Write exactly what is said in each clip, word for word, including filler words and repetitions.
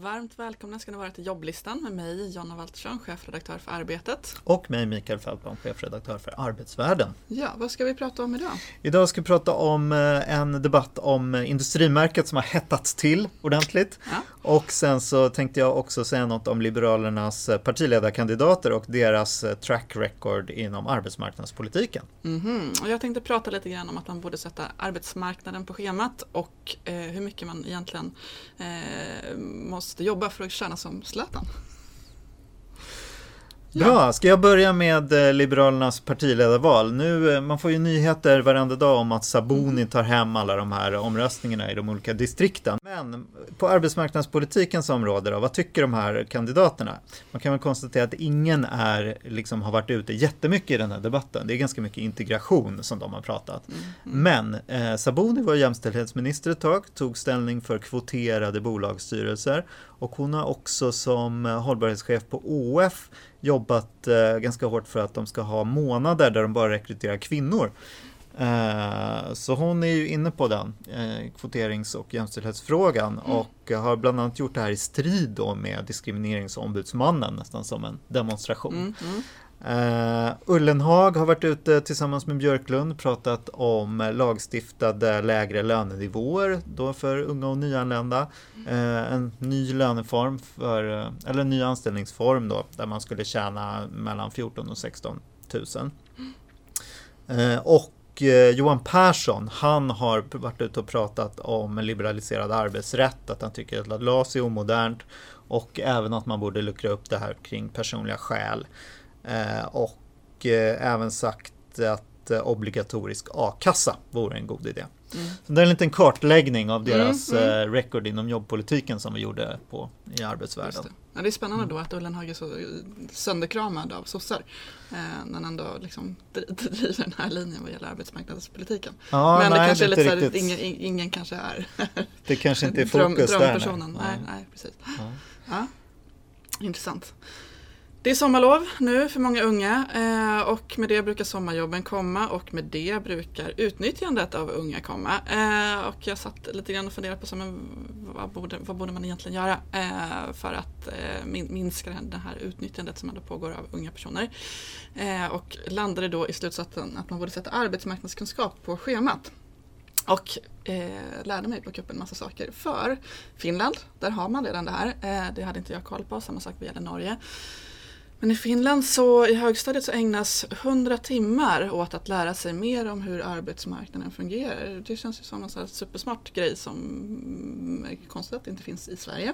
Varmt välkomna ska ni vara till jobblistan med mig, Jonna Waltersson, chefredaktör för Arbetet. Och mig, Mikael Fältman, chefredaktör för Arbetsvärlden. Ja, vad ska vi prata om idag? Idag ska vi prata om en debatt om industrimärket som har hettats till ordentligt. Ja. Och sen så tänkte jag också säga något om Liberalernas partiledarkandidater och deras track record inom arbetsmarknadspolitiken. Mm-hmm. Och jag tänkte prata lite grann om att man borde sätta arbetsmarknaden på schemat och eh, hur mycket man egentligen eh, måste jobba för att tjäna som Zlatan. Bra, ska jag börja med Liberalernas partiledarval? Nu, man får ju nyheter varenda dag om att Sabuni tar hem alla de här omröstningarna i de olika distrikten. Men på arbetsmarknadspolitikens område då, vad tycker de här kandidaterna? Man kan väl konstatera att ingen är, liksom, har varit ute jättemycket i den här debatten. Det är ganska mycket integration som de har pratat. Mm, mm. Men eh, Sabuni var jämställdhetsminister ett tag, tog ställning för kvoterade bolagsstyrelser. Och hon har också som hållbarhetschef på O F jobbat eh, ganska hårt för att de ska ha månader där de bara rekryterar kvinnor. Eh, så hon är ju inne på den eh, kvoterings- och jämställdhetsfrågan mm. och har bland annat gjort det här i strid då med diskrimineringsombudsmannen, nästan som en demonstration. Mm, mm. Uh, Ullenhag har varit ute tillsammans med Björklund, pratat om lagstiftade lägre lönenivåer då för unga och nyanlända. Uh, en ny löneform för, eller en ny anställningsform då, där man skulle tjäna mellan fjorton och sexton tusen. Uh, och uh, Johan Persson, han har varit ute och pratat om liberaliserad arbetsrätt, att han tycker att L A S är omodernt och även att man borde luckra upp det här kring personliga skäl. Eh, och eh, även sagt att eh, obligatorisk a-kassa vore en god idé. Mm. Så det är en liten kartläggning av deras mm, mm. Eh, record inom jobbpolitiken som vi gjorde på, i Arbetsvärlden. Det. Ja, det är spännande mm. då att Ullenhag är så sönderkramad av sossar eh, när han ändå liksom driver den här linjen vad gäller arbetsmarknadspolitiken. Ja, men nej, det kanske är lite så här, riktigt. ingen, ingen kanske är det kanske inte är fokus dröm, där. Nej. Nej, nej, precis. Ja. Ja. Intressant. Det är sommarlov nu för många unga eh, och med det brukar sommarjobben komma och med det brukar utnyttjandet av unga komma. Eh, och jag satt lite grann och funderade på så, men, vad, borde, vad borde man egentligen göra eh, för att eh, min, minska det här utnyttjandet som ändå pågår av unga personer. Eh, och landade då i slutsatsen att man borde sätta arbetsmarknadskunskap på schemat. Och eh, lärde mig plocka upp en massa saker. För Finland, där har man redan det här. Eh, det hade inte jag koll på, samma sak vad gäller Norge. Men i Finland så i högstadiet så ägnas hundra timmar åt att lära sig mer om hur arbetsmarknaden fungerar. Det känns ju som en sån här supersmart grej som är konstigt att det inte finns i Sverige.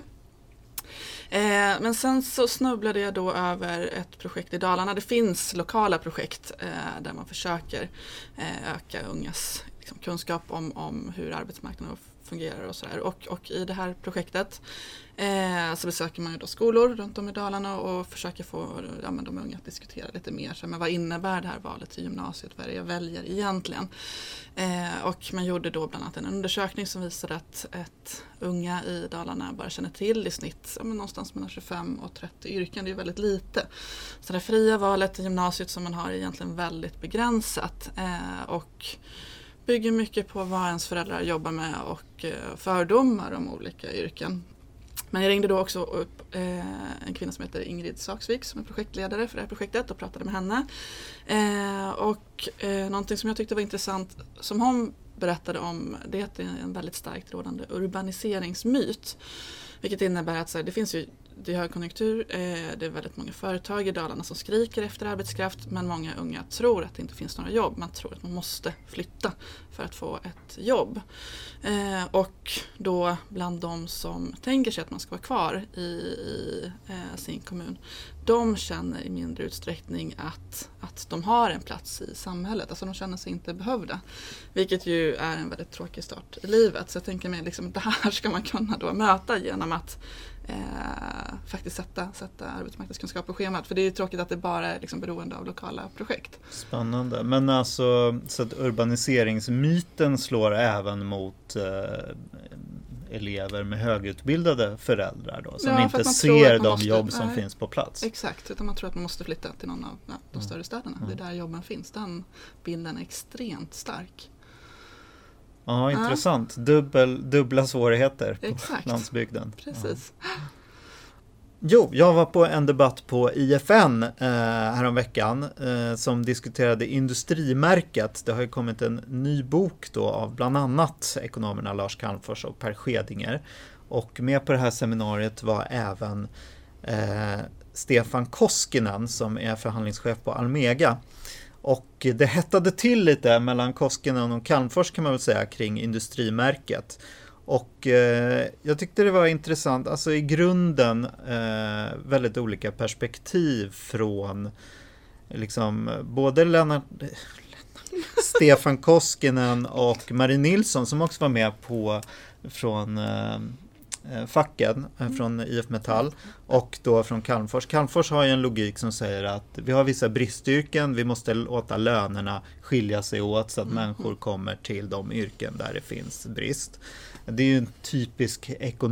Eh, men sen så snubblade jag då över ett projekt i Dalarna. Det finns lokala projekt eh, där man försöker eh, öka ungas liksom, kunskap om, om hur arbetsmarknaden fungerar och sådär. Och, och i det här projektet eh, så besöker man ju då skolor runt om i Dalarna och försöker få ja, men de unga att diskutera lite mer. Så, men vad innebär det här valet till gymnasiet? Vad är det jag väljer egentligen? Eh, och man gjorde då bland annat en undersökning som visade att ett unga i Dalarna bara känner till i snitt ja, men någonstans mellan tjugofem och trettio yrken. Det är väldigt lite. Så det fria valet till gymnasiet som man har är egentligen väldigt begränsat. Eh, och bygger mycket på vad ens föräldrar jobbar med och fördomar om olika yrken. Men jag ringde då också upp eh, en kvinna som heter Ingrid Saksvik som är projektledare för det här projektet och pratade med henne. Eh, och eh, någonting som jag tyckte var intressant som hon berättade om, det är att det är en väldigt starkt rådande urbaniseringsmyt. Vilket innebär att så här, det finns ju det är högkonjunktur, eh, det är väldigt många företag i Dalarna som skriker efter arbetskraft, men många unga tror att det inte finns några jobb. Man tror att man måste flytta för att få ett jobb. Eh, och då bland de som tänker sig att man ska vara kvar i, i eh, sin kommun, de känner i mindre utsträckning att, att de har en plats i samhället. Alltså de känner sig inte behövda. Vilket ju är en väldigt tråkig start i livet. Så jag tänker mig liksom, det här ska man kunna då möta genom att Eh, faktiskt sätta, sätta arbetsmarknadskunskap på schemat. För det är ju tråkigt att det bara är liksom beroende av lokala projekt. Spännande. Men alltså så att urbaniseringsmyten slår även mot eh, elever med högutbildade föräldrar då, som ja, inte ser de måste, jobb som nej, finns på plats. Exakt, utan man tror att man måste flytta till någon av ja, de mm. större städerna. Mm. Det är där jobben finns. Den bilden är extremt stark. Ja, intressant. Dubbel, dubbla svårigheter på Exakt. landsbygden. Precis. Jo, jag var på en debatt på I F N eh, häromveckan eh, som diskuterade industrimärket. Det har ju kommit en ny bok då av bland annat ekonomerna Lars Calmfors och Per Schedinger. Och med på det här seminariet var även eh, Stefan Koskinen som är förhandlingschef på Almega. Och det hettade till lite mellan Koskinen och Calmfors kan man väl säga kring industrimärket. Och eh, jag tyckte det var intressant, alltså i grunden eh, väldigt olika perspektiv från liksom både Lennart, Stefan Koskinen och Marie Nilsson som också var med på från eh, facken, eh, från I F Metall och då från Calmfors. Calmfors har ju en logik som säger att vi har vissa bristyrken, vi måste låta lönerna skilja sig åt så att mm. människor kommer till de yrken där det finns brist. Det är ju en typisk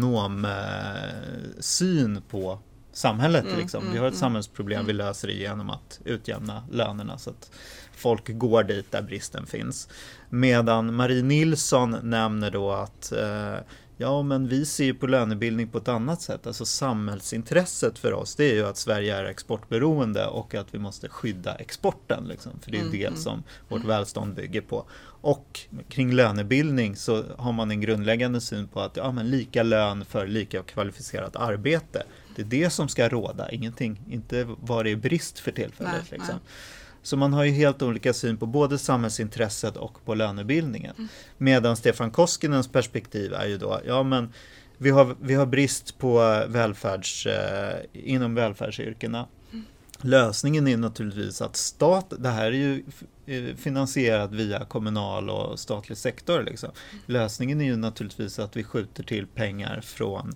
ekonomsyn eh, på samhället. Mm, liksom. mm, vi har ett mm, samhällsproblem, mm. vi löser det genom att utjämna lönerna så att folk går dit där bristen finns. Medan Marie Nilsson nämner då att eh, ja, men vi ser ju på lönebildning på ett annat sätt. Alltså samhällsintresset för oss, det är ju att Sverige är exportberoende och att vi måste skydda exporten. Liksom, för det är mm, det som mm. vårt välstånd bygger på. Och kring lönebildning så har man en grundläggande syn på att ja, men lika lön för lika kvalificerat arbete. Det är det som ska råda, ingenting, inte vad det är brist för tillfället. Nej, liksom. nej. Så man har ju helt olika syn på både samhällsintresset och på lönebildningen. Mm. Medan Stefan Koskinens perspektiv är ju då, ja men vi har, vi har brist på välfärds, eh, inom välfärdsyrkena. Mm. Lösningen är naturligtvis att stat, det här är ju finansierat via kommunal och statlig sektor. Liksom. Mm. Lösningen är ju naturligtvis att vi skjuter till pengar från,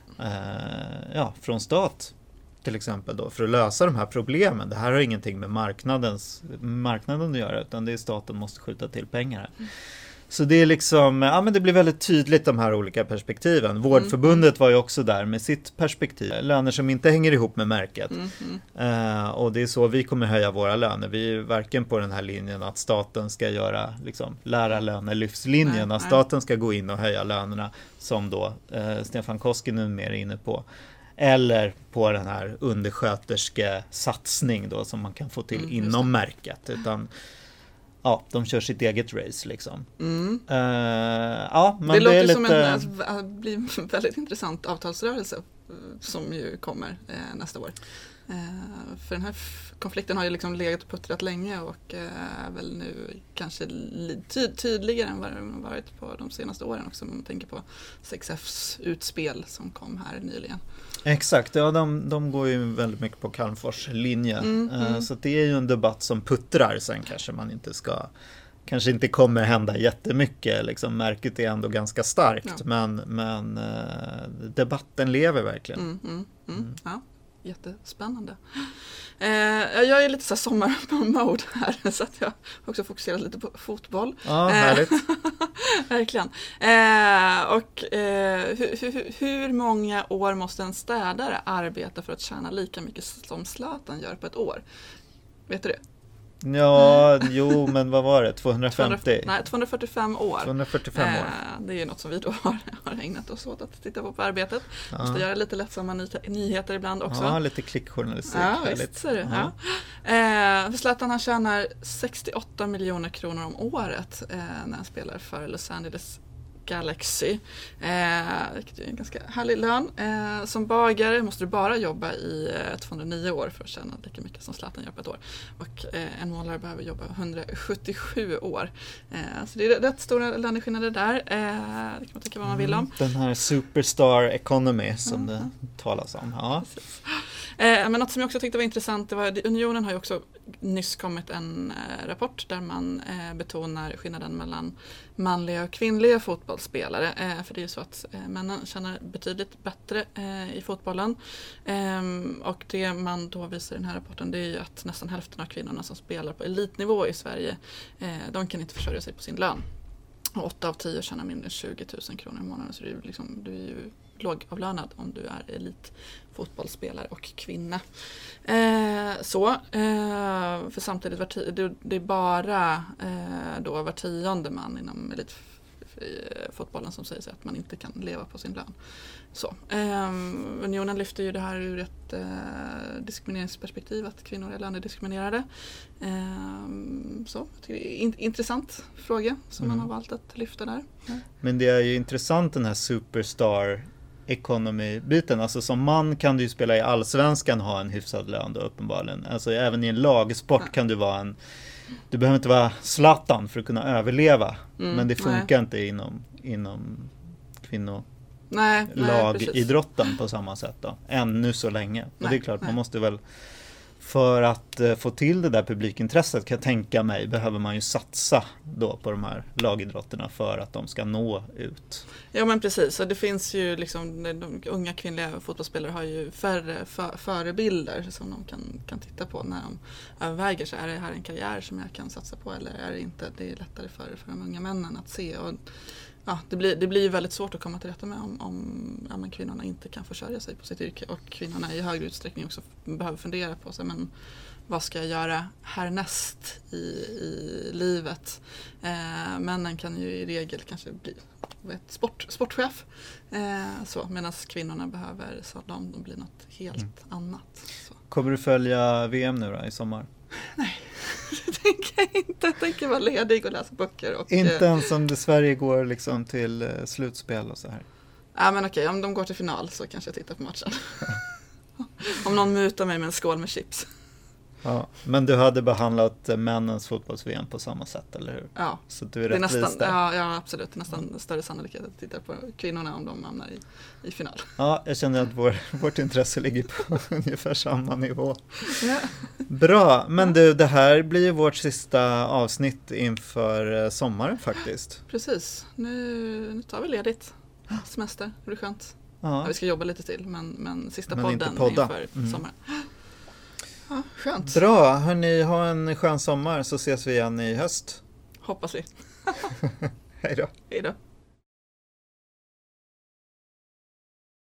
eh, ja, från stat. Till exempel då, för att lösa de här problemen. Det här har ingenting med marknadens, marknaden att göra utan det är staten måste skjuta till pengar här. Mm. Så det är liksom, ja men det blir väldigt tydligt de här olika perspektiven. Vårdförbundet var ju också där med sitt perspektiv. Löner som inte hänger ihop med märket. Mm. Uh, och det är så vi kommer höja våra löner. Vi är varken på den här linjen att staten ska göra liksom, lärarlönelyftslinjen. Att staten ska gå in och höja lönerna som då uh, Stefan Koskinen mer är inne på. Eller på den här undersköterske satsning då som man kan få till mm, inom märket. Utan ja, de kör sitt eget race liksom. Mm. Uh, ja, men det, det låter är som lite... en alltså, blir en väldigt intressant avtalsrörelse som ju kommer eh, nästa år. Eh, för den här f- konflikten har ju liksom legat och puttrat länge och är eh, väl nu kanske ty- tydligare än vad den varit på de senaste åren också. Om man tänker på sex F:s utspel som kom här nyligen. Exakt, ja de, de går ju väldigt mycket på Calmfors linje. Mm, uh, mm. Så det är ju en debatt som puttrar. Sen kanske man inte ska, kanske inte kommer hända jättemycket. Liksom, märket är ändå ganska starkt. Ja. Men, men uh, debatten lever verkligen. Mm, mm, mm. Mm. Ja. Jättespännande. Eh, jag är lite så sommarmode här så att jag också fokuserat lite på fotboll. Ja, härligt. Eh, verkligen. Eh, och eh, hur, hur, hur många år måste en städare arbeta för att tjäna lika mycket som Zlatan gör på ett år? Vet du det? Ja, jo, men vad var det? tvåhundrafemtio? Nej, tvåhundrafyrtiofem år. tvåhundrafyrtiofem år. Eh, det är ju något som vi då har, har ägnat oss åt att titta på på arbetet. Ja. Måste göra lite lättsamma ny- nyheter ibland också. Ja, lite klickjournalistik. Ja, visst ser du. Ja. Ja. Eh, Zlatan han tjänar sextioåtta miljoner kronor om året eh, när han spelar för Los Angeles Galaxy. Eh, vilket är en ganska härlig lön. Eh, som bagare måste du bara jobba i eh, tvåhundranio år för att tjäna lika mycket som Zlatan gör på ett år. Och eh, en målare behöver jobba hundrasjuttiosju år. Eh, så det är rätt stora löneskillnader där. Eh, det kan man tycka vad man vill om. Den här superstar economy som mm. det talas om. Ja. Eh, men något som jag också tyckte var intressant, det var Unionen har ju också nyss kommit en eh, rapport där man eh, betonar skillnaden mellan manliga och kvinnliga fotbollsspelare. Eh, för det är ju så att eh, männen tjänar betydligt bättre eh, i fotbollen. Eh, och det man då visar i den här rapporten, det är ju att nästan hälften av kvinnorna som spelar på elitnivå i Sverige, eh, de kan inte försörja sig på sin lön. Och åtta av tio tjänar mindre än tjugo tusen kronor i månaden, så det är ju liksom, du är ju lågavlönad om du är elitfotbollsspelare och kvinna. Eh, så, eh, för samtidigt var t- det, det är bara eh, då var tionde man inom i fotbollen som säger sig att man inte kan leva på sin lön. Så. Eh, Unionen lyfter ju det här ur ett eh, diskrimineringsperspektiv, att kvinnor är lönediskriminerade. Eh, så, det är en intressant fråga som mm. man har valt att lyfta där. Ja. Men det är ju intressant den här superstar economy-biten. Alltså som man kan du ju spela i allsvenskan ha en hyfsad lön då uppenbarligen. Alltså även i en lagsport ja. kan du vara en du behöver inte vara Zlatan för att kunna överleva. Mm, men det funkar nej. inte inom, inom kvinno nej, lagidrotten nej, på samma sätt då. Ännu så länge. Nej, och det är klart, nej. man måste väl för att uh, få till det där publikintresset kan jag tänka mig behöver man ju satsa då på de här lagidrotterna för att de ska nå ut. Ja men precis, och det finns ju liksom de unga kvinnliga fotbollsspelare har ju färre för, förebilder som de kan, kan titta på när de överväger sig. Är det här en karriär som jag kan satsa på eller är det inte? Det är lättare för, för de unga männen att se och ja, det blir, det blir väldigt svårt att komma till rätta med om, om ja, men kvinnorna inte kan försörja sig på sitt yrke och kvinnorna i högre utsträckning också behöver fundera på sig, men vad ska jag göra härnäst i, i livet? Eh, männen kan ju i regel kanske bli vet, sport, sportchef eh, så, medan kvinnorna behöver så de, de blir något helt mm. annat. Så. Kommer du följa V M nu då, i sommar? Nej, det tänker jag inte. Jag tänker vara ledig och läsa böcker. Och, inte ens om det Sverige går liksom till uh, slutspel och så här? Ja, men okej, om de går till final så kanske jag tittar på matchen. Om någon mutar mig med en skål med chips. Ja, men du hade behandlat männens fotbolls-V M på samma sätt, eller hur? Ja, så du är, det är nästan, där. Ja, ja, absolut. Det är nästan mm. större sannolikhet att titta på kvinnorna om de hamnar i, i final. Ja, jag känner att vår, vårt intresse ligger på ungefär samma nivå. Ja. Bra, men du, det här blir vårt sista avsnitt inför sommaren faktiskt. Precis, nu, nu tar vi ledigt. Semester, det blir skönt. Ja. Ja, vi ska jobba lite till, men, men sista men podden inför mm. sommaren. Ja, skönt. Bra, hörni, ha en skön sommar så ses vi igen i höst. Hoppas vi. Hej då. Hej då.